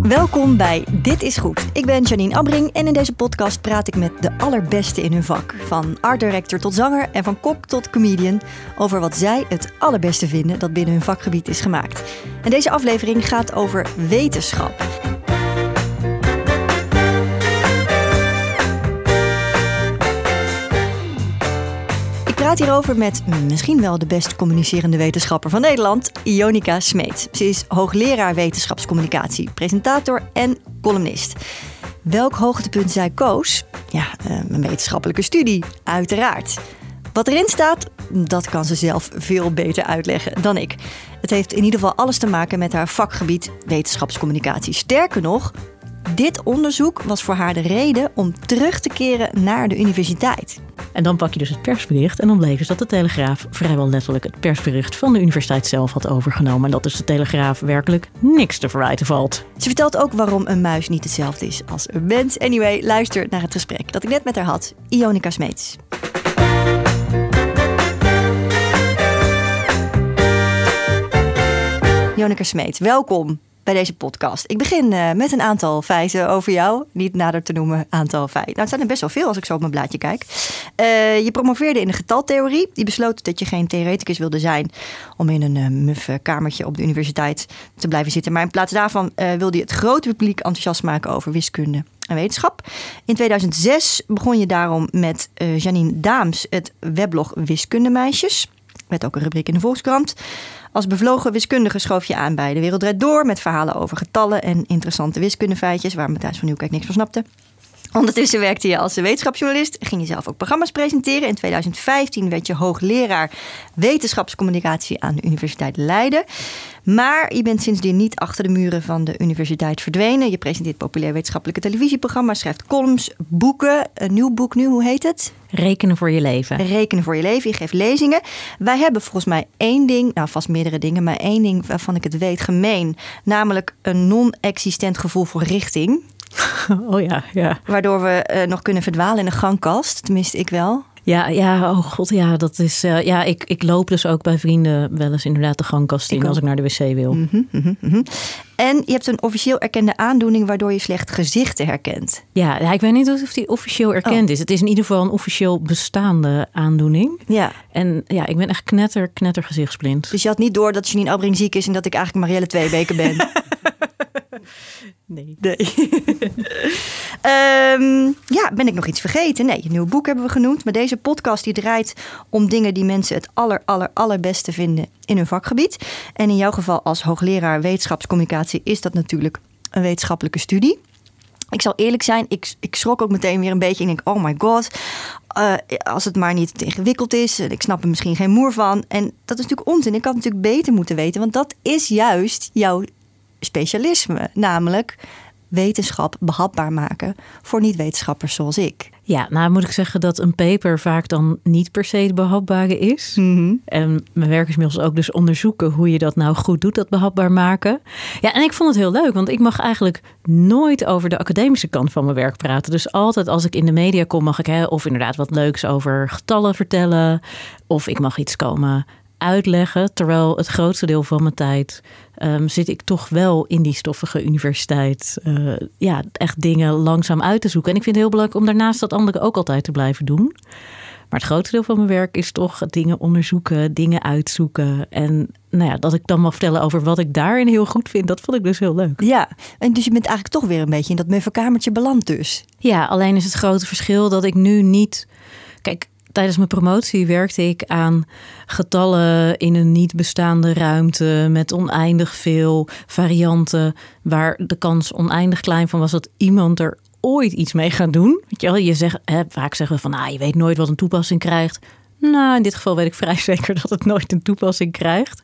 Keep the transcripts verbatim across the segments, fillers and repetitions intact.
Welkom bij Dit is Goed. Ik ben Janine Abbring en in deze podcast praat ik met de allerbeste in hun vak. Van art director tot zanger en van kok tot comedian. Over wat zij het allerbeste vinden dat binnen hun vakgebied is gemaakt. En deze aflevering gaat over wetenschap. Ik praat hierover met misschien wel de best communicerende wetenschapper van Nederland, Ionica Smeets. Ze is hoogleraar wetenschapscommunicatie, presentator en columnist. Welk hoogtepunt zij koos? Ja, een wetenschappelijke studie, uiteraard. Wat erin staat, dat kan ze zelf veel beter uitleggen dan ik. Het heeft in ieder geval alles te maken met haar vakgebied wetenschapscommunicatie. Sterker nog, dit onderzoek was voor haar de reden om terug te keren naar de universiteit. En dan pak je dus het persbericht en dan bleek dus dat de Telegraaf vrijwel letterlijk het persbericht van de universiteit zelf had overgenomen. En dat dus de Telegraaf werkelijk niks te verwijten valt. Ze vertelt ook waarom een muis niet hetzelfde is als een mens. Anyway, luister naar het gesprek dat ik net met haar had. Ionica Smeets. Ionica Smeets, welkom bij deze podcast. Ik begin uh, met een aantal feiten over jou. Niet nader te noemen aantal feiten. Nou, het zijn er best wel veel als ik zo op mijn blaadje kijk. Uh, je promoveerde in de getaltheorie. Je besloot dat je geen theoreticus wilde zijn om in een uh, muf kamertje op de universiteit te blijven zitten. Maar in plaats daarvan uh, wilde je het grote publiek enthousiast maken over wiskunde en wetenschap. In tweeduizend zes begon je daarom met uh, Janine Daams het weblog Wiskundemeisjes. Met ook een rubriek in de Volkskrant. Als bevlogen wiskundige schoof je aan bij De Wereld Draait Door met verhalen over getallen en interessante wiskundefeitjes waar Matthijs van Nieuwkerk niks van snapte. Ondertussen werkte je als wetenschapsjournalist, ging je zelf ook programma's presenteren. In tweeduizend vijftien werd je hoogleraar wetenschapscommunicatie aan de Universiteit Leiden. Maar je bent sindsdien niet achter de muren van de universiteit verdwenen. Je presenteert populair wetenschappelijke televisieprogramma's, schrijft columns, boeken. Een nieuw boek nu, hoe heet het? Rekenen voor je leven. Rekenen voor je leven. Je geeft lezingen. Wij hebben volgens mij één ding, nou vast meerdere dingen, maar één ding waarvan ik het weet gemeen. Namelijk een non-existent gevoel voor richting. Oh ja, ja. Waardoor we uh, nog kunnen verdwalen in een gangkast. Tenminste, ik wel. Ja, ja, oh god, ja, dat is. Uh, ja, ik, ik loop dus ook bij vrienden wel eens inderdaad de gangkast in als ik naar de wc wil. Mm-hmm, mm-hmm, mm-hmm. En je hebt een officieel erkende aandoening waardoor je slecht gezichten herkent. Ja, ja ik weet niet of die officieel erkend oh. is. Het is in ieder geval een officieel bestaande aandoening. Ja. En ja, ik ben echt knetter, knetter gezichtsblind. Dus je had niet door dat Janine Abbring ziek is en dat ik eigenlijk Marielle Tweebeke ben. Nee. nee. um, ja, ben ik nog iets vergeten? Nee, een nieuw boek hebben we genoemd. Maar deze podcast die draait om dingen die mensen het aller, aller, allerbeste vinden in hun vakgebied. En in jouw geval als hoogleraar wetenschapscommunicatie is dat natuurlijk een wetenschappelijke studie. Ik zal eerlijk zijn, ik, ik schrok ook meteen weer een beetje. Ik denk, oh my god, uh, als het maar niet te ingewikkeld is. Ik snap er misschien geen moer van. En dat is natuurlijk onzin. Ik had het natuurlijk beter moeten weten. Want dat is juist jouw specialisme, namelijk wetenschap behapbaar maken voor niet-wetenschappers zoals ik. Ja, nou moet ik zeggen dat een paper vaak dan niet per se het behapbare is. Mm-hmm. En mijn werk is inmiddels ook dus onderzoeken hoe je dat nou goed doet, dat behapbaar maken. Ja, en ik vond het heel leuk, want ik mag eigenlijk nooit over de academische kant van mijn werk praten. Dus altijd als ik in de media kom, mag ik hè, of inderdaad wat leuks over getallen vertellen, of ik mag iets komen uitleggen. Terwijl het grootste deel van mijn tijd um, zit ik toch wel in die stoffige universiteit. Uh, ja, echt dingen langzaam uit te zoeken. En ik vind het heel belangrijk om daarnaast dat andere ook altijd te blijven doen. Maar het grootste deel van mijn werk is toch dingen onderzoeken, dingen uitzoeken. En nou ja, dat ik dan mag vertellen over wat ik daarin heel goed vind, dat vond ik dus heel leuk. Ja, en dus je bent eigenlijk toch weer een beetje in dat muffe kamertje beland dus. Ja, alleen is het grote verschil dat ik nu niet... Kijk, tijdens mijn promotie werkte ik aan getallen in een niet bestaande ruimte met oneindig veel varianten, waar de kans oneindig klein van was dat iemand er ooit iets mee gaat doen. Weet je wel, je zegt, hè, vaak zeggen we van, nou, je weet nooit wat een toepassing krijgt. Nou, in dit geval weet ik vrij zeker dat het nooit een toepassing krijgt.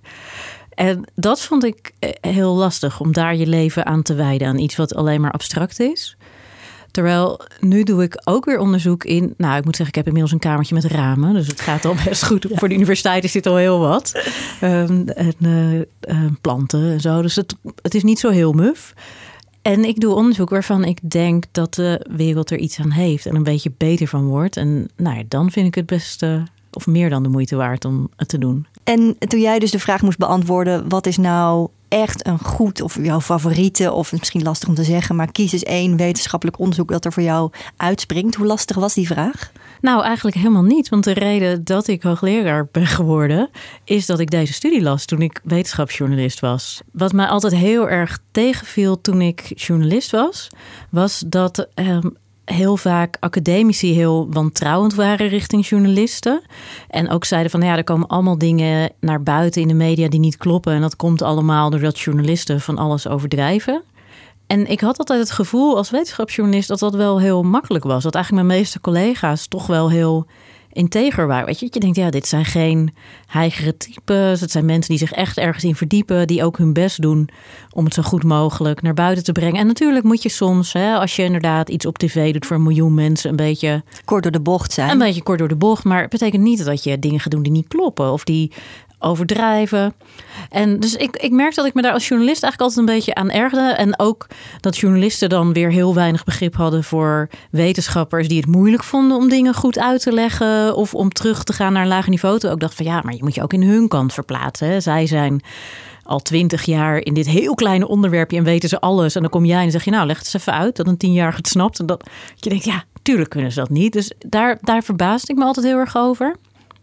En dat vond ik heel lastig, om daar je leven aan te wijden, aan iets wat alleen maar abstract is. Terwijl nu doe ik ook weer onderzoek in... Nou, ik moet zeggen, ik heb inmiddels een kamertje met ramen. Dus het gaat al best goed. Ja. Voor de universiteit is dit al heel wat. Um, en uh, uh, planten en zo. Dus het, het is niet zo heel muf. En ik doe onderzoek waarvan ik denk dat de wereld er iets aan heeft. En een beetje beter van wordt. En nou ja, dan vind ik het best... Uh, of meer dan de moeite waard om het te doen. En toen jij dus de vraag moest beantwoorden, wat is nou echt een goed of jouw favoriete, of misschien lastig om te zeggen, maar kies eens één wetenschappelijk onderzoek dat er voor jou uitspringt. Hoe lastig was die vraag? Nou, eigenlijk helemaal niet. Want de reden dat ik hoogleraar ben geworden, is dat ik deze studie las toen ik wetenschapsjournalist was. Wat mij altijd heel erg tegenviel toen ik journalist was, was dat eh, heel vaak academici heel wantrouwend waren richting journalisten. En ook zeiden van, nou ja, er komen allemaal dingen naar buiten in de media die niet kloppen. En dat komt allemaal doordat journalisten van alles overdrijven. En ik had altijd het gevoel als wetenschapsjournalist dat dat wel heel makkelijk was. Dat eigenlijk mijn meeste collega's toch wel heel integer waren. Weet je, je denkt, ja, dit zijn geen heigere types. Het zijn mensen die zich echt ergens in verdiepen, die ook hun best doen om het zo goed mogelijk naar buiten te brengen. En natuurlijk moet je soms, hè, als je inderdaad iets op tv doet voor een miljoen mensen, een beetje kort door de bocht zijn. Een beetje kort door de bocht, maar het betekent niet dat je dingen gaat doen die niet kloppen of die overdrijven. En dus ik, ik merk dat ik me daar als journalist eigenlijk altijd een beetje aan ergerde. En ook dat journalisten dan weer heel weinig begrip hadden voor wetenschappers die het moeilijk vonden om dingen goed uit te leggen of om terug te gaan naar een lager niveau. Toen ook dacht van ja, maar je moet je ook in hun kant verplaatsen. Hè. Zij zijn al twintig jaar in dit heel kleine onderwerpje en weten ze alles. En dan kom jij en zeg je, nou leg het eens even uit dat een tienjarige het snapt. En dat je denkt, ja, tuurlijk kunnen ze dat niet. Dus daar, daar verbaasde ik me altijd heel erg over.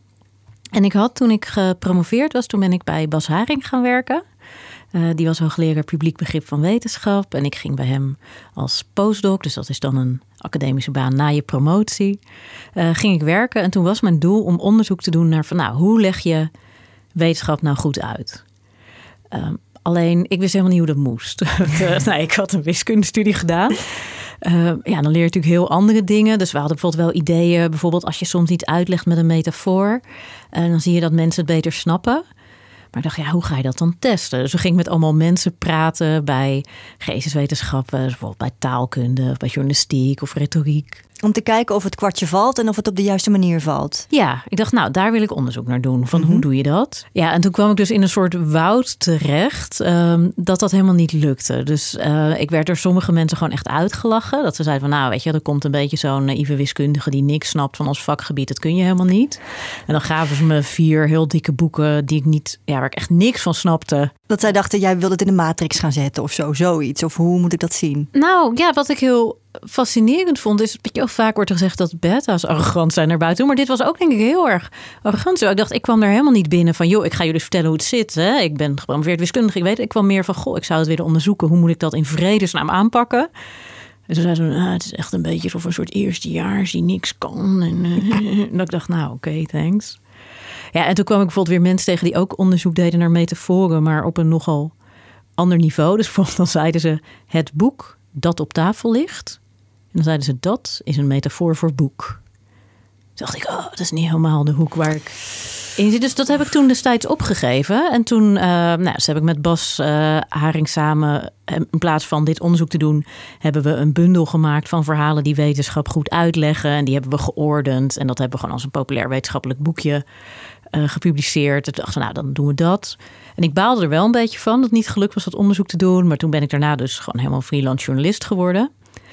En ik had toen ik gepromoveerd was, toen ben ik bij Bas Haring gaan werken. Uh, die was hoogleraar publiek begrip van wetenschap. En ik ging bij hem als postdoc, dus dat is dan een academische baan na je promotie. Uh, ging ik werken en toen was mijn doel om onderzoek te doen naar van nou, hoe leg je wetenschap nou goed uit? Uh, alleen, ik wist helemaal niet hoe dat moest. uh, nou, ik had een wiskundestudie gedaan. Uh, ja, dan leer je natuurlijk heel andere dingen. Dus we hadden bijvoorbeeld wel ideeën. Bijvoorbeeld als je soms iets uitlegt met een metafoor. En uh, dan zie je dat mensen het beter snappen. Maar ik dacht, ja, hoe ga je dat dan testen? Dus we gingen met allemaal mensen praten bij geesteswetenschappen. Dus bijvoorbeeld bij taalkunde, of bij journalistiek of retoriek. Om te kijken of het kwartje valt en of het op de juiste manier valt. Ja, ik dacht, nou, daar wil ik onderzoek naar doen. Van Mm-hmm. hoe doe je dat? Ja, en toen kwam ik dus in een soort woud terecht um, dat dat helemaal niet lukte. Dus uh, ik werd door sommige mensen gewoon echt uitgelachen. Dat ze zeiden van, nou, weet je, er komt een beetje zo'n naïeve wiskundige die niks snapt van ons vakgebied. Dat kun je helemaal niet. En dan gaven ze me vier heel dikke boeken die ik niet, ja, waar ik echt niks van snapte. Dat zij dachten, jij wilde het in de matrix gaan zetten of zo, zoiets. Of hoe moet ik dat zien? Nou, ja, wat ik heel fascinerend vond is, dat je ook vaak wordt gezegd dat beta's arrogant zijn naar buiten. Maar dit was ook denk ik heel erg arrogant. Ik dacht, ik kwam daar helemaal niet binnen van, joh, ik ga jullie vertellen hoe het zit. Hè? Ik ben gepromoveerd wiskundige, ik weet, ik kwam meer van, goh, ik zou het willen onderzoeken. Hoe moet ik dat in vredesnaam aanpakken? En toen zei ze, ah, het is echt een beetje of een soort eerstejaars die niks kan. En, uh, en dat ik dacht, nou, oké, okay, thanks. Ja, en toen kwam ik bijvoorbeeld weer mensen tegen die ook onderzoek deden naar metaforen, maar op een nogal ander niveau. Dus bijvoorbeeld dan zeiden ze, het boek dat op tafel ligt. En dan zeiden ze, dat is een metafoor voor boek. Toen dacht ik, oh, dat is niet helemaal de hoek waar ik in zit. Dus dat heb ik toen destijds opgegeven. En toen uh, nou, dus heb ik met Bas uh, Haring samen, in plaats van dit onderzoek te doen, hebben we een bundel gemaakt van verhalen die wetenschap goed uitleggen. En die hebben we geordend. En dat hebben we gewoon als een populair wetenschappelijk boekje uh, gepubliceerd. En toen dachten we, nou, dan doen we dat. En ik baalde er wel een beetje van dat het niet gelukt was dat onderzoek te doen. Maar toen ben ik daarna dus gewoon helemaal freelance journalist geworden.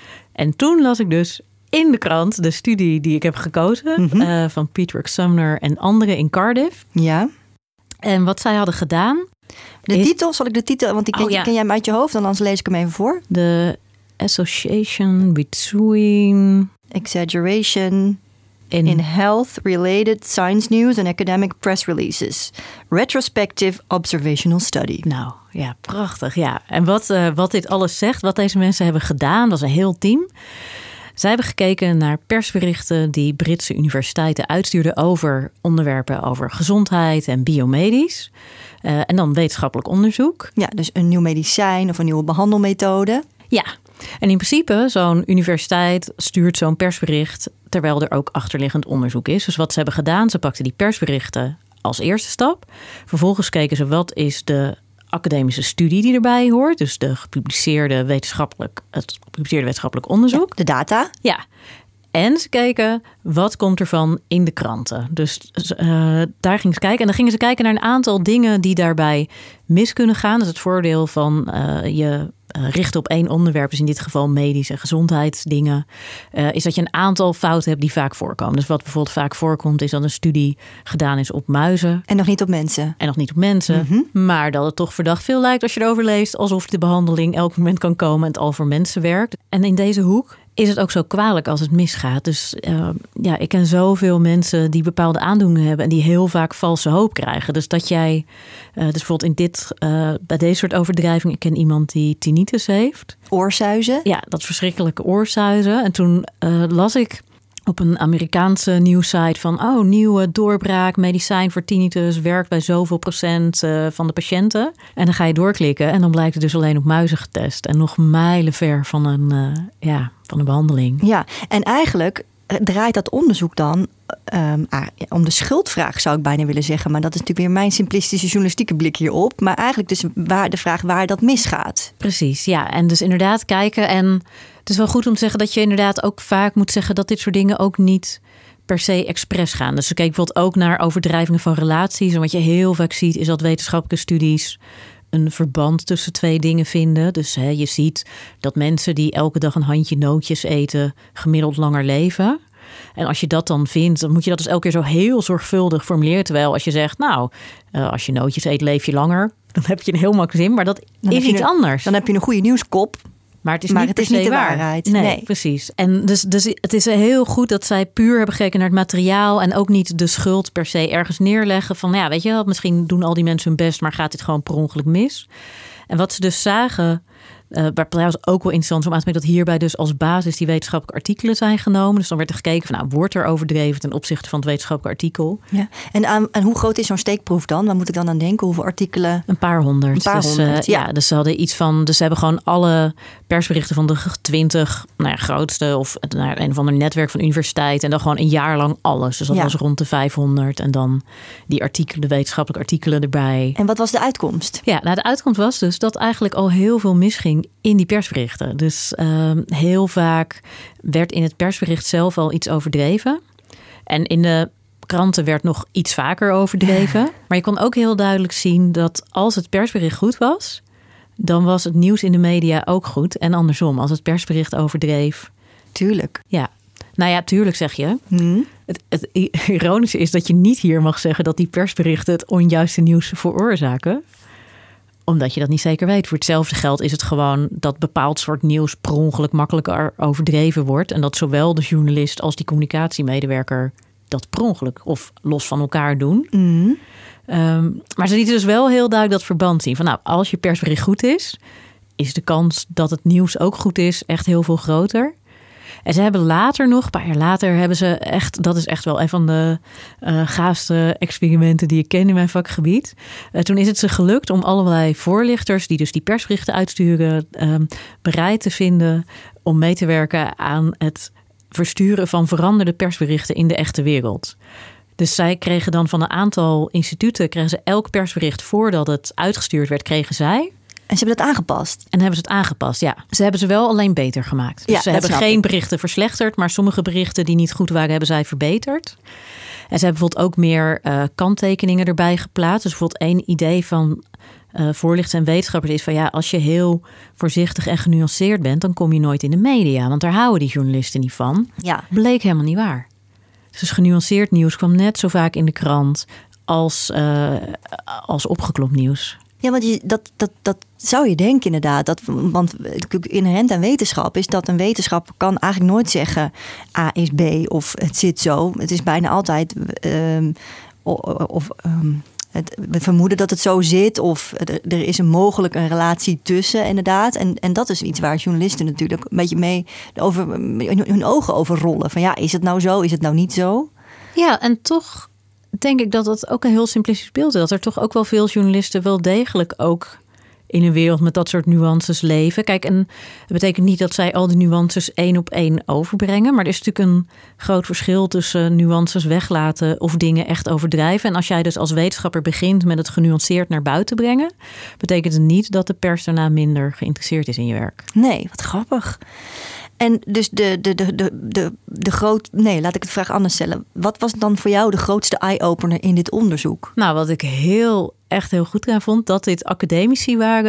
En toen las ik dus in de krant de studie die ik heb gekozen. Mm-hmm. uh, van Peter Sumner en anderen in Cardiff. Ja. En wat zij hadden gedaan. De is, titel, zal ik de titel, want die ken, oh, ja. ken jij hem uit je hoofd? Dan anders lees ik hem even voor. The Association Between Exaggeration in, in Health-Related Science News and Academic Press Releases. Retrospective Observational Study. Nou, ja, prachtig. Ja. En wat, uh, wat dit alles zegt, wat deze mensen hebben gedaan, dat is een heel team. Zij hebben gekeken naar persberichten die Britse universiteiten uitstuurden over onderwerpen over gezondheid en biomedisch. Uh, en dan wetenschappelijk onderzoek. Ja, dus een nieuw medicijn of een nieuwe behandelmethode. Ja, en in principe zo'n universiteit stuurt zo'n persbericht terwijl er ook achterliggend onderzoek is. Dus wat ze hebben gedaan, ze pakten die persberichten als eerste stap. Vervolgens keken ze wat is de academische studie die erbij hoort. Dus de gepubliceerde wetenschappelijk, het gepubliceerde wetenschappelijk onderzoek. Ja, de data. Ja. En ze keken, wat komt ervan in de kranten? Dus uh, daar gingen ze kijken. En dan gingen ze kijken naar een aantal dingen die daarbij mis kunnen gaan. Dat is het voordeel van uh, je uh, richten op één onderwerp, dus in dit geval medische en gezondheidsdingen, uh, is dat je een aantal fouten hebt die vaak voorkomen. Dus wat bijvoorbeeld vaak voorkomt, is dat een studie gedaan is op muizen. En nog niet op mensen. En nog niet op mensen. Mm-hmm. Maar dat het toch verdacht veel lijkt als je erover leest, alsof de behandeling elk moment kan komen en het al voor mensen werkt. En in deze hoek is het ook zo kwalijk als het misgaat. Dus uh, ja, ik ken zoveel mensen die bepaalde aandoeningen hebben en die heel vaak valse hoop krijgen. Dus dat jij, uh, dus bijvoorbeeld in dit, uh, bij deze soort overdrijvingen, ik ken iemand die tinnitus heeft. Oorsuizen? Ja, dat verschrikkelijke oorsuizen. En toen uh, las ik op een Amerikaanse nieuwssite van, oh, nieuwe doorbraak, medicijn voor tinnitus, werkt bij zoveel procent uh, van de patiënten. En dan ga je doorklikken en dan blijkt het dus alleen op muizen getest. En nog mijlenver van een, uh, ja, van een behandeling. Ja, en eigenlijk draait dat onderzoek dan um, ah, om de schuldvraag, zou ik bijna willen zeggen. Maar dat is natuurlijk weer mijn simplistische journalistieke blik hierop. Maar eigenlijk dus waar, de vraag waar dat misgaat. Precies, ja. En dus inderdaad kijken. En het is wel goed om te zeggen dat je inderdaad ook vaak moet zeggen dat dit soort dingen ook niet per se expres gaan. Dus kijk bijvoorbeeld ook naar overdrijvingen van relaties. En wat je heel vaak ziet is dat wetenschappelijke studies een verband tussen twee dingen vinden. Dus hè, je ziet dat mensen die elke dag een handje nootjes eten gemiddeld langer leven. En als je dat dan vindt, dan moet je dat dus elke keer zo heel zorgvuldig formuleren. Terwijl als je zegt, nou, uh, als je nootjes eet, leef je langer. Dan heb je een heel makkelijk zin, maar dat dan is iets een, anders. Dan heb je een goede nieuwskop. Maar het is maar niet, het per is niet se de waar. waarheid. Nee, nee, precies. En dus, dus het is heel goed dat zij puur hebben gekeken naar het materiaal en ook niet de schuld per se ergens neerleggen van, ja, weet je wel, misschien doen al die mensen hun best, maar gaat dit gewoon per ongeluk mis? En wat ze dus zagen, uh, waar trouwens ook wel interessant is om aan te merken dat hierbij dus als basis die wetenschappelijke artikelen zijn genomen. Dus dan werd er gekeken van, nou, wordt er overdreven ten opzichte van het wetenschappelijk artikel? Ja. En, um, en hoe groot is zo'n steekproef dan? Waar moet ik dan aan denken? Hoeveel artikelen? Een paar honderd. Een paar dus, honderd, uh, ja. ja. Dus ze hadden iets van, dus ze hebben gewoon alle persberichten van de twintig nou ja, grootste of naar een of ander netwerk van universiteit en dan gewoon een jaar lang alles. Dus dat ja. was rond de vijfhonderd en dan die artikelen, de wetenschappelijke artikelen erbij. En wat was de uitkomst? Ja, nou de uitkomst was dus dat eigenlijk al heel veel misging in die persberichten. Dus uh, heel vaak werd in het persbericht zelf al iets overdreven. En in de kranten werd nog iets vaker overdreven. Maar je kon ook heel duidelijk zien dat als het persbericht goed was, dan was het nieuws in de media ook goed. En andersom, als het persbericht overdreef. Tuurlijk. Ja, nou ja, tuurlijk zeg je. Hmm. Het, het ironische is dat je niet hier mag zeggen dat die persberichten het onjuiste nieuws veroorzaken. Omdat je dat niet zeker weet. Voor hetzelfde geld is het gewoon dat bepaald soort nieuws per ongeluk makkelijker overdreven wordt. En dat zowel de journalist als die communicatiemedewerker dat per ongeluk of los van elkaar doen. Mm. Um, maar ze lieten dus wel heel duidelijk dat verband zien. Van nou, als je persbericht goed is, is de kans dat het nieuws ook goed is echt heel veel groter. En ze hebben later nog, een paar jaar later, hebben ze echt, dat is echt wel een van de uh, gaafste experimenten die ik ken in mijn vakgebied. Uh, toen is het ze gelukt om allerlei voorlichters, die dus die persberichten uitsturen, um, bereid te vinden om mee te werken aan het versturen van veranderde persberichten in de echte wereld. Dus zij kregen dan van een aantal instituten, kregen ze elk persbericht voordat het uitgestuurd werd, kregen zij. En ze hebben dat aangepast? En hebben ze het aangepast, ja. Ze hebben ze wel alleen beter gemaakt. Dus ja, ze hebben geen ik. berichten verslechterd, maar sommige berichten die niet goed waren, hebben zij verbeterd. En ze hebben bijvoorbeeld ook meer uh, kanttekeningen erbij geplaatst. Dus bijvoorbeeld één idee van uh, voorlichters en wetenschappers is van ja, als je heel voorzichtig en genuanceerd bent, dan kom je nooit in de media. Want daar houden die journalisten niet van. Ja. Bleek helemaal niet waar. Dus genuanceerd nieuws kwam net zo vaak in de krant als, uh, als opgeklopt nieuws. Ja, want je, dat, dat, dat zou je denken inderdaad. Dat, want inherent aan wetenschap is dat een wetenschapper kan eigenlijk nooit zeggen A is B of het zit zo. Het is bijna altijd um, of um, het, we vermoeden dat het zo zit of er is een mogelijk een relatie tussen inderdaad. En, en dat is iets waar journalisten natuurlijk een beetje mee over hun ogen over rollen. Van ja, is het nou zo? Is het nou niet zo? Ja, en toch denk ik dat dat ook een heel simplistisch beeld is. Dat er toch ook wel veel journalisten wel degelijk ook in een wereld met dat soort nuances leven. Kijk, en dat betekent niet dat zij al die nuances één op één overbrengen. Maar er is natuurlijk een groot verschil tussen nuances weglaten of dingen echt overdrijven. En als jij dus als wetenschapper begint met het genuanceerd naar buiten brengen, betekent het niet dat de pers daarna minder geïnteresseerd is in je werk. Nee, wat grappig. En dus de, de, de, de, de, de groot... Nee, laat ik het vraag anders stellen. Wat was dan voor jou de grootste eye-opener in dit onderzoek? Nou, wat ik heel, echt heel goed aan vond, dat dit academici waren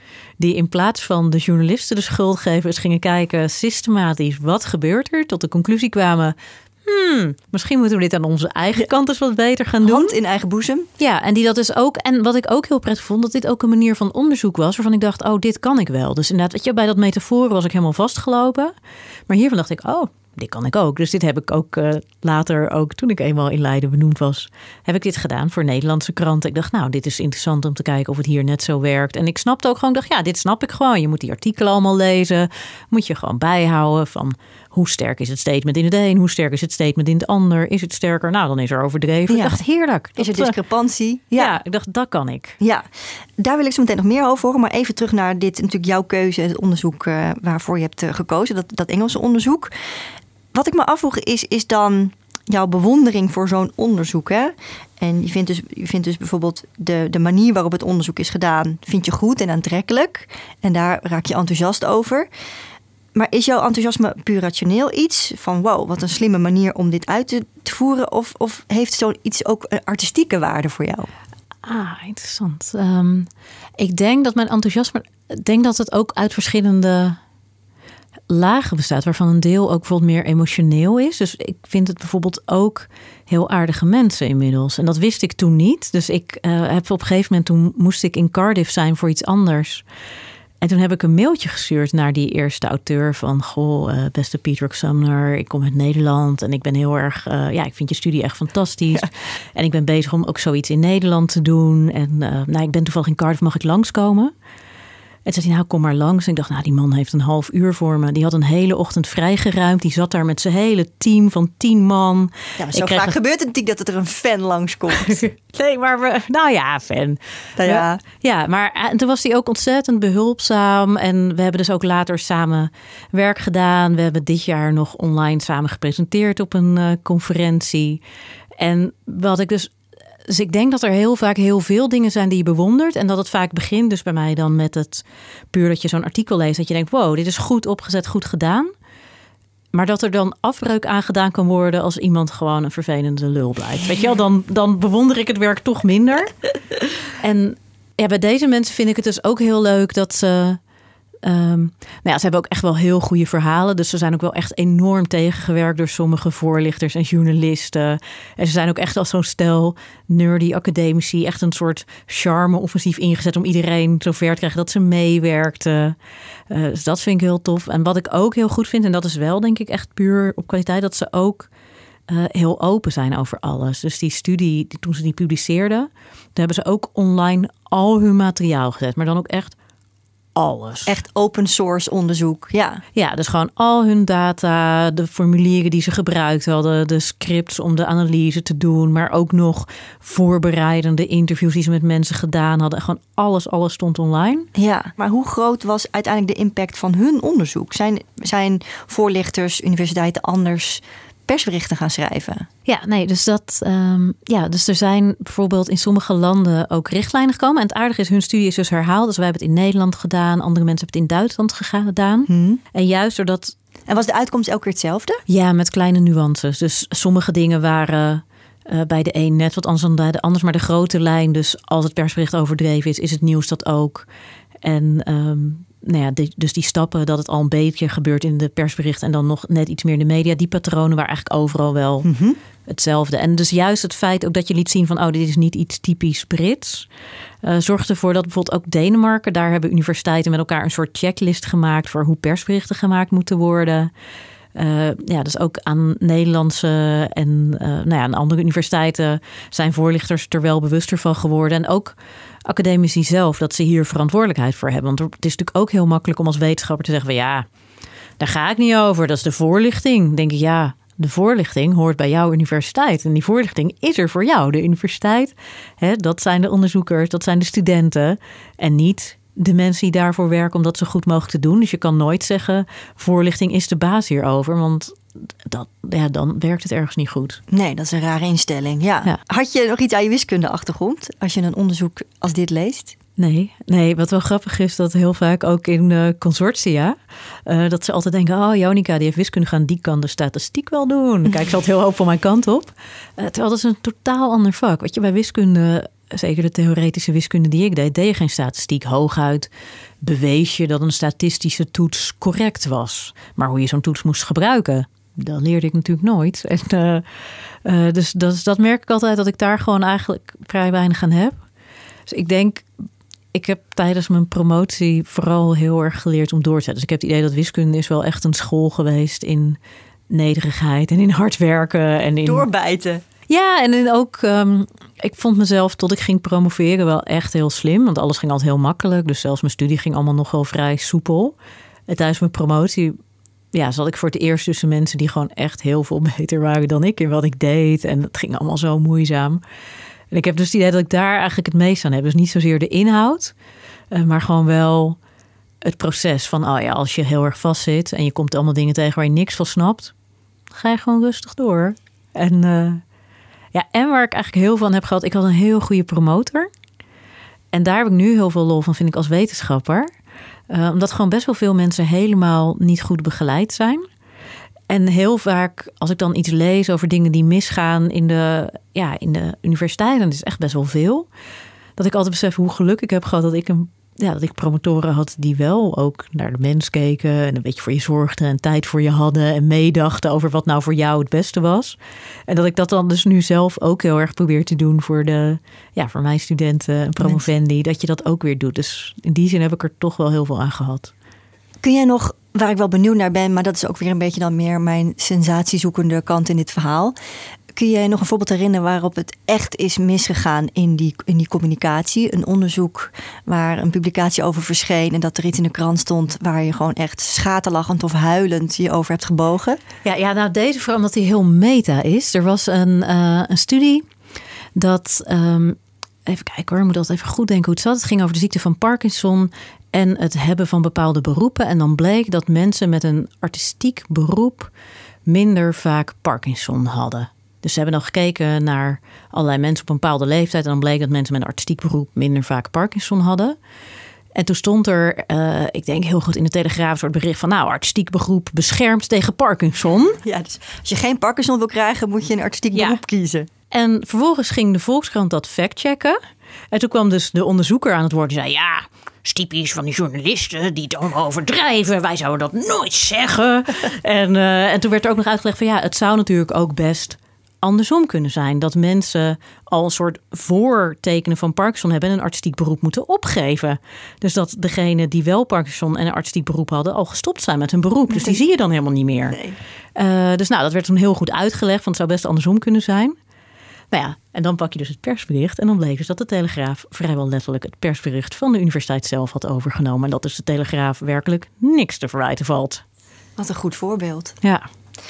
die in plaats van de journalisten de schuld geven, eens gingen kijken systematisch wat gebeurt er, tot de conclusie kwamen, Hmm, misschien moeten we dit aan onze eigen kant eens wat beter gaan doen. Hand in eigen boezem. Ja, en die dat is ook. En wat ik ook heel prettig vond, dat dit ook een manier van onderzoek was, waarvan ik dacht, oh, dit kan ik wel. Dus inderdaad, weet je, bij dat metaforen was ik helemaal vastgelopen. Maar hiervan dacht ik, oh, dit kan ik ook. Dus dit heb ik ook uh, later, ook toen ik eenmaal in Leiden benoemd was, heb ik dit gedaan voor Nederlandse kranten. Ik dacht, nou, dit is interessant om te kijken of het hier net zo werkt. En ik snapte ook gewoon, ik dacht, ja, dit snap ik gewoon. Je moet die artikelen allemaal lezen. Moet je gewoon bijhouden van hoe sterk is het statement in het een, hoe sterk is het statement in het ander. Is het sterker? Nou, dan is er overdreven. Ja. Ik dacht, heerlijk. Is er dat, discrepantie? Ja. ja, ik dacht, dat kan ik. Ja, daar wil ik zo meteen nog meer over horen. Maar even terug naar dit, natuurlijk jouw keuze, het onderzoek uh, waarvoor je hebt uh, gekozen. Dat, dat Engelse onderzoek. Wat ik me afvroeg is, is dan jouw bewondering voor zo'n onderzoek, hè? En je vindt dus, je vindt dus bijvoorbeeld de, de manier waarop het onderzoek is gedaan, vind je goed en aantrekkelijk. En daar raak je enthousiast over. Maar is jouw enthousiasme puur rationeel iets van wow, wat een slimme manier om dit uit te voeren? Of, of heeft zoiets ook een artistieke waarde voor jou? Ah, interessant. Um, ik denk dat mijn enthousiasme, ik denk dat het ook uit verschillende lagen bestaat, waarvan een deel ook bijvoorbeeld meer emotioneel is. Dus ik vind het bijvoorbeeld ook heel aardige mensen inmiddels. En dat wist ik toen niet. Dus ik uh, heb op een gegeven moment, toen moest ik in Cardiff zijn voor iets anders. En toen heb ik een mailtje gestuurd naar die eerste auteur van, goh, uh, beste Peter Sumner, ik kom uit Nederland en ik ben heel erg, uh, ja, ik vind je studie echt fantastisch. Ja. En ik ben bezig om ook zoiets in Nederland te doen. En uh, nou, ik ben toevallig in Cardiff, mag ik langskomen? En toen zei hij, nou, kom maar langs. En ik dacht, nou, die man heeft een half uur voor me. Die had een hele ochtend vrijgeruimd. Die zat daar met zijn hele team van tien man. Ja, maar zo vaak een... gebeurt het natuurlijk dat er een fan langskomt. Nee, maar we, nou ja, fan. Nou ja. Ja, maar en toen was hij ook ontzettend behulpzaam. En we hebben dus ook later samen werk gedaan. We hebben dit jaar nog online samen gepresenteerd op een uh, conferentie. En wat ik dus... Dus ik denk dat er heel vaak heel veel dingen zijn die je bewondert. En dat het vaak begint dus bij mij dan met het puur dat je zo'n artikel leest. Dat je denkt, wow, dit is goed opgezet, goed gedaan. Maar dat er dan afbreuk aan gedaan kan worden als iemand gewoon een vervelende lul blijkt. Weet je wel, dan, dan bewonder ik het werk toch minder. En ja, bij deze mensen vind ik het dus ook heel leuk dat ze... Um, nou ja, ze hebben ook echt wel heel goede verhalen. Dus ze zijn ook wel echt enorm tegengewerkt door sommige voorlichters en journalisten. En ze zijn ook echt als zo'n stel nerdy academici echt een soort charme-offensief ingezet om iedereen zover te krijgen dat ze meewerkten. Uh, dus dat vind ik heel tof. En wat ik ook heel goed vind, en dat is wel denk ik echt puur op kwaliteit, dat ze ook uh, heel open zijn over alles. Dus die studie, die, toen ze die publiceerden, toen hebben ze ook online al hun materiaal gezet. Maar dan ook echt alles. Echt open source onderzoek, ja. Ja, dus gewoon al hun data, de formulieren die ze gebruikt hadden, de scripts om de analyse te doen, maar ook nog voorbereidende interviews die ze met mensen gedaan hadden. Gewoon alles, alles stond online. Ja, maar hoe groot was uiteindelijk de impact van hun onderzoek? Zijn, zijn voorlichters, universiteiten anders persberichten gaan schrijven? Ja, nee, dus dat, um, ja, dus er zijn bijvoorbeeld in sommige landen ook richtlijnen gekomen. En het aardige is, hun studie is dus herhaald. Dus wij hebben het in Nederland gedaan, andere mensen hebben het in Duitsland gedaan. Hmm. En juist doordat. En was de uitkomst elke keer hetzelfde? Ja, met kleine nuances. Dus sommige dingen waren uh, bij de een net wat anders dan bij de ander. Maar de grote lijn, dus als het persbericht overdreven is, is het nieuws dat ook. En um, nou ja, die, dus die stappen dat het al een beetje gebeurt in de persberichten en dan nog net iets meer in de media. Die patronen waren eigenlijk overal wel mm-hmm. hetzelfde. En dus juist het feit ook dat je liet zien van, oh, dit is niet iets typisch Brits. Uh, zorgt ervoor dat bijvoorbeeld ook Denemarken, daar hebben universiteiten met elkaar een soort checklist gemaakt voor hoe persberichten gemaakt moeten worden. Uh, ja, dus ook aan Nederlandse en uh, nou ja, aan andere universiteiten zijn voorlichters er wel bewuster van geworden. En ook academici zelf, dat ze hier verantwoordelijkheid voor hebben. Want het is natuurlijk ook heel makkelijk om als wetenschapper te zeggen van ja, daar ga ik niet over. Dat is de voorlichting. Dan denk ik, ja, de voorlichting hoort bij jouw universiteit. En die voorlichting is er voor jou. De universiteit, hè, dat zijn de onderzoekers, dat zijn de studenten. En niet de mensen die daarvoor werken om dat zo goed mogelijk te doen. Dus je kan nooit zeggen, voorlichting is de baas hierover. Want dat, ja, dan werkt het ergens niet goed. Nee, dat is een rare instelling. Ja. Ja. Had je nog iets aan je wiskunde-achtergrond als je een onderzoek als dit leest? Nee, nee, wat wel grappig is, dat heel vaak ook in uh, consortia, uh, dat ze altijd denken, oh, Jonica, die heeft wiskunde gaan, die kan de statistiek wel doen. Kijk, ze had heel hoop van mijn kant op. Uh, terwijl dat is een totaal ander vak. Weet je, bij wiskunde zeker de theoretische wiskunde die ik deed, deed je geen statistiek. Hooguit bewees je dat een statistische toets correct was. Maar hoe je zo'n toets moest gebruiken, dat leerde ik natuurlijk nooit. En, uh, uh, dus dat, dat merk ik altijd, dat ik daar gewoon eigenlijk vrij weinig aan heb. Dus ik denk, ik heb tijdens mijn promotie vooral heel erg geleerd om door te zetten. Dus ik heb het idee dat wiskunde is wel echt een school geweest in nederigheid en in hard werken. En in doorbijten. Ja, en ook, um, ik vond mezelf tot ik ging promoveren wel echt heel slim. Want alles ging altijd heel makkelijk. Dus zelfs mijn studie ging allemaal nog wel vrij soepel. En tijdens mijn promotie ja, zat ik voor het eerst tussen mensen die gewoon echt heel veel beter waren dan ik in wat ik deed. En het ging allemaal zo moeizaam. En ik heb dus het idee dat ik daar eigenlijk het meest aan heb. Dus niet zozeer de inhoud, uh, maar gewoon wel het proces van, oh ja, als je heel erg vastzit en je komt allemaal dingen tegen waar je niks van snapt, ga je gewoon rustig door. En uh, ja, en waar ik eigenlijk heel veel van heb gehad, ik had een heel goede promotor. En daar heb ik nu heel veel lol van, vind ik, als wetenschapper. Uh, omdat gewoon best wel veel mensen helemaal niet goed begeleid zijn. En heel vaak, als ik dan iets lees over dingen die misgaan in de, ja, in de universiteit, dan is het echt best wel veel. Dat ik altijd besef hoe geluk ik heb gehad dat ik een Ja, dat ik promotoren had die wel ook naar de mens keken en een beetje voor je zorgden en tijd voor je hadden en meedachten over wat nou voor jou het beste was. En dat ik dat dan dus nu zelf ook heel erg probeer te doen voor de, ja, voor mijn studenten en promovendi, dat je dat ook weer doet. Dus in die zin heb ik er toch wel heel veel aan gehad. Kun jij nog, waar ik wel benieuwd naar ben, maar dat is ook weer een beetje dan meer mijn sensatiezoekende kant in dit verhaal. Kun jij nog een voorbeeld herinneren waarop het echt is misgegaan in die, in die communicatie? Een onderzoek waar een publicatie over verscheen en dat er iets in de krant stond waar je gewoon echt schaterlachend of huilend je over hebt gebogen? Ja, ja, nou deze vooral omdat die heel meta is. Er was een, uh, een studie dat, um, even kijken hoor, ik moet altijd even goed denken hoe het zat. Het ging over de ziekte van Parkinson en het hebben van bepaalde beroepen. En dan bleek dat mensen met een artistiek beroep minder vaak Parkinson hadden. Dus ze hebben dan gekeken naar allerlei mensen op een bepaalde leeftijd. En dan bleek dat mensen met een artistiek beroep minder vaak Parkinson hadden. En toen stond er, uh, ik denk heel goed in de Telegraaf, een soort bericht van, nou, artistiek beroep beschermt tegen Parkinson. Ja, dus als je geen Parkinson wil krijgen, moet je een artistiek ja. beroep kiezen. En vervolgens ging de Volkskrant dat factchecken. En toen kwam dus de onderzoeker aan het woord. Die zei, ja, is typisch van die journalisten die het allemaal overdrijven. Wij zouden dat nooit zeggen. en, uh, en toen werd er ook nog uitgelegd van, ja, het zou natuurlijk ook best andersom kunnen zijn. Dat mensen al een soort voortekenen van Parkinson hebben en een artistiek beroep moeten opgeven. Dus dat degene die wel Parkinson en een artistiek beroep hadden al gestopt zijn met hun beroep. Dus die zie je dan helemaal niet meer. Nee. Uh, dus nou, dat werd toen heel goed uitgelegd, want het zou best andersom kunnen zijn. Nou ja, en dan pak je dus het persbericht. En dan bleek dus dat de Telegraaf vrijwel letterlijk het persbericht van de universiteit zelf had overgenomen. En dat dus de Telegraaf werkelijk niks te verwijten valt. Wat een goed voorbeeld. Ja.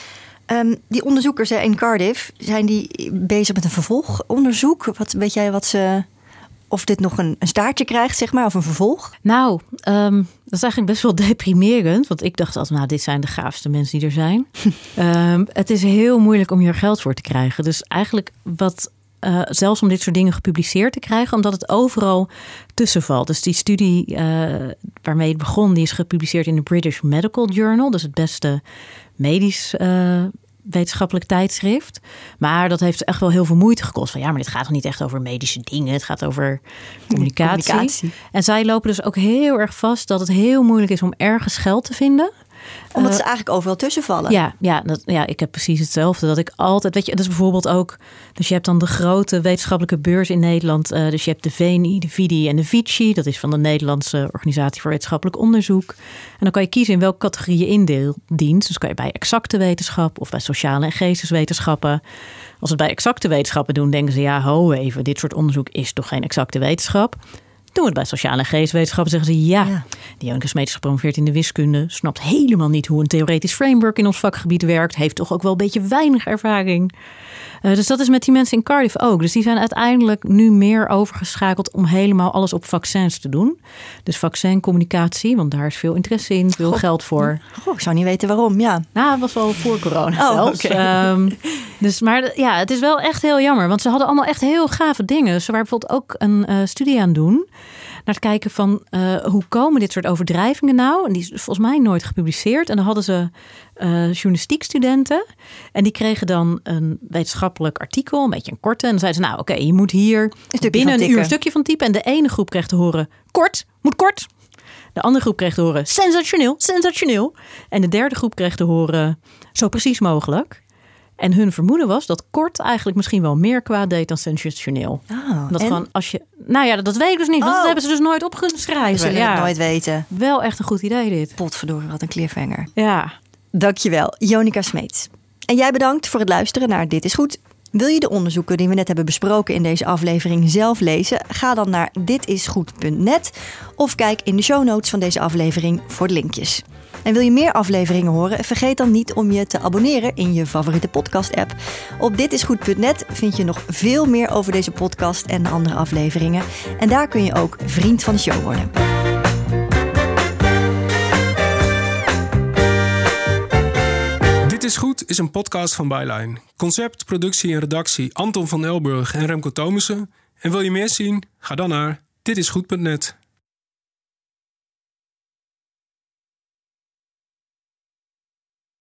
Um, die onderzoekers in Cardiff, zijn die bezig met een vervolgonderzoek? Wat, weet jij wat ze, of dit nog een, een staartje krijgt, zeg maar, of een vervolg? Nou, um, dat is eigenlijk best wel deprimerend. Want ik dacht altijd, nou, dit zijn de gaafste mensen die er zijn. um, het is heel moeilijk om hier geld voor te krijgen. Dus eigenlijk wat, uh, zelfs om dit soort dingen gepubliceerd te krijgen, omdat het overal tussen valt. Dus die studie uh, waarmee het begon, die is gepubliceerd in de British Medical Journal. Dus het beste medisch uh, wetenschappelijk tijdschrift. Maar dat heeft echt wel heel veel moeite gekost. Van ja, maar dit gaat toch niet echt over medische dingen. Het gaat over communicatie. communicatie. En zij lopen dus ook heel erg vast dat het heel moeilijk is om ergens geld te vinden. Omdat ze eigenlijk overal tussen vallen. Ja, ja, dat, ja, ik heb precies hetzelfde. Dat ik altijd, weet je, dat is bijvoorbeeld ook. Dus je hebt dan de grote wetenschappelijke beurs in Nederland. Uh, dus je hebt de V N I, de V I D I en de V I C I. Dat is van de Nederlandse Organisatie voor Wetenschappelijk Onderzoek. En dan kan je kiezen in welke categorie je indient. Dus kan je bij exacte wetenschap of bij sociale en geesteswetenschappen. Als we het bij exacte wetenschappen doen, denken ze, ja, ho even, dit soort onderzoek is toch geen exacte wetenschap. Doen we het bij sociale en geesteswetenschappen, zeggen ze ja. ja. Dioneke Smeet is gepromoveerd in de wiskunde, snapt helemaal niet hoe een theoretisch framework in ons vakgebied werkt, heeft toch ook wel een beetje weinig ervaring. Uh, dus dat is met die mensen in Cardiff ook. Dus die zijn uiteindelijk nu meer overgeschakeld om helemaal alles op vaccins te doen. Dus vaccincommunicatie, want daar is veel interesse in, veel Goh. geld voor. Goh, ik zou niet weten waarom, ja. Nou, het was wel voor corona oh, zelfs. Okay. Um, dus, maar ja, het is wel echt heel jammer, want ze hadden allemaal echt heel gave dingen. Ze waren bijvoorbeeld ook een uh, studie aan doen. naar te kijken van uh, hoe komen dit soort overdrijvingen nou? En die is volgens mij nooit gepubliceerd. En dan hadden ze uh, journalistiekstudenten. En die kregen dan een wetenschappelijk artikel, een beetje een korte. En dan zeiden ze, nou oké, okay, je moet hier een binnen een uur een stukje van typen. En de ene groep kreeg te horen, kort, moet kort. De andere groep kreeg te horen, sensationeel, sensationeel. En de derde groep kreeg te horen, zo precies mogelijk. En hun vermoeden was dat kort eigenlijk misschien wel meer kwaad deed dan sensationeel. Oh, dat en? gewoon als je, nou ja, dat, dat weet ik dus niet. Want oh. dat hebben ze dus nooit op kunnen schrijven. Ze zullen ja. het nooit weten. Wel echt een goed idee dit. Potverdorie, wat een cliffhanger. Ja. Dankjewel, Jonica Smeets. En jij bedankt voor het luisteren naar Dit is Goed. Wil je de onderzoeken die we net hebben besproken in deze aflevering zelf lezen? Ga dan naar ditisgoed punt net of kijk in de show notes van deze aflevering voor de linkjes. En wil je meer afleveringen horen? Vergeet dan niet om je te abonneren in je favoriete podcast-app. Op ditisgoed punt net vind je nog veel meer over deze podcast en de andere afleveringen. En daar kun je ook vriend van de show worden. Dit is Goed is een podcast van Byline. Concept, productie en redactie Anton van Elburg en Remco Thomassen. En wil je meer zien? Ga dan naar ditisgoed punt net.